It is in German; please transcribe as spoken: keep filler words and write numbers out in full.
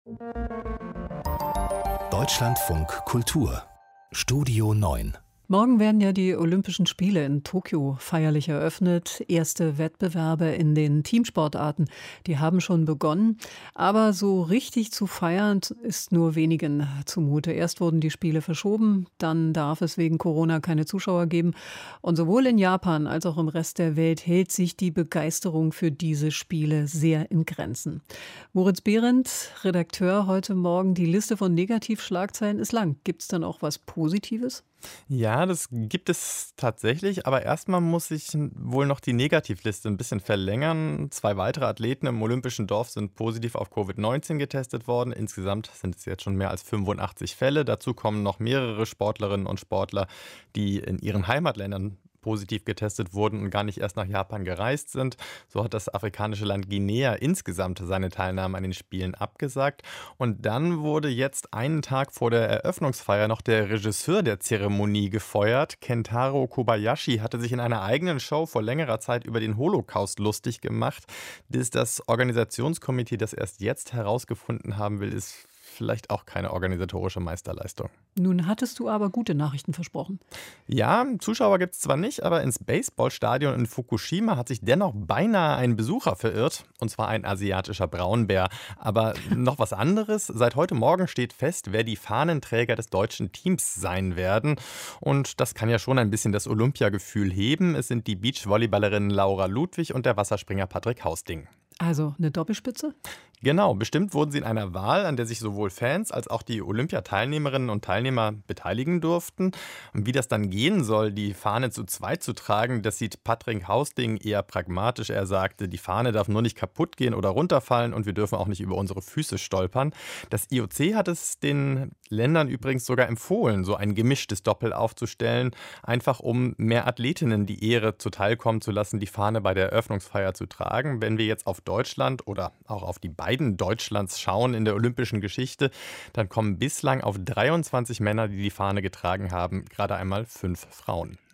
Deutschlandfunk Kultur Studio neun. Morgen werden ja die Olympischen Spiele in Tokio feierlich eröffnet. Erste Wettbewerbe in den Teamsportarten, die haben schon begonnen. Aber so richtig zu feiern ist nur wenigen zumute. Erst wurden die Spiele verschoben, dann darf es wegen Corona keine Zuschauer geben. Und sowohl in Japan als auch im Rest der Welt hält sich die Begeisterung für diese Spiele sehr in Grenzen. Moritz Behrendt, Redakteur, heute Morgen. Die Liste von Negativschlagzeilen ist lang. Gibt es dann auch was Positives? Ja, das gibt es tatsächlich, aber erstmal muss ich wohl noch die Negativliste ein bisschen verlängern. Zwei weitere Athleten im Olympischen Dorf sind positiv auf Covid neunzehn getestet worden. Insgesamt sind es jetzt schon mehr als fünfundachtzig Fälle. Dazu kommen noch mehrere Sportlerinnen und Sportler, die in ihren Heimatländern positiv getestet wurden und gar nicht erst nach Japan gereist sind. So hat das afrikanische Land Guinea insgesamt seine Teilnahme an den Spielen abgesagt. Und dann wurde jetzt einen Tag vor der Eröffnungsfeier noch der Regisseur der Zeremonie gefeuert. Kentaro Kobayashi hatte sich in einer eigenen Show vor längerer Zeit über den Holocaust lustig gemacht. Dass das Organisationskomitee das erst jetzt herausgefunden haben will, ist vielleicht auch keine organisatorische Meisterleistung. Nun hattest du aber gute Nachrichten versprochen. Ja, Zuschauer gibt es zwar nicht, aber ins Baseballstadion in Fukushima hat sich dennoch beinahe ein Besucher verirrt, und zwar ein asiatischer Braunbär. Aber noch was anderes, seit heute Morgen steht fest, wer die Fahnenträger des deutschen Teams sein werden. Und das kann ja schon ein bisschen das Olympiagefühl heben. Es sind die Beachvolleyballerin Laura Ludwig und der Wasserspringer Patrick Hausding. Also eine Doppelspitze? Genau, bestimmt wurden sie in einer Wahl, an der sich sowohl Fans als auch die Olympiateilnehmerinnen und Teilnehmer beteiligen durften. Und wie das dann gehen soll, die Fahne zu zweit zu tragen, das sieht Patrick Hausding eher pragmatisch. Er sagte, die Fahne darf nur nicht kaputt gehen oder runterfallen und wir dürfen auch nicht über unsere Füße stolpern. Das I O C hat es den Ländern übrigens sogar empfohlen, so ein gemischtes Doppel aufzustellen, einfach um mehr Athletinnen die Ehre zuteilkommen zu lassen, die Fahne bei der Eröffnungsfeier zu tragen. Wenn wir jetzt auf Deutschland oder auch auf die beiden Deutschlands schauen in der olympischen Geschichte, dann kommen bislang auf dreiundzwanzig Männer, die die Fahne getragen haben, gerade einmal fünf Frauen.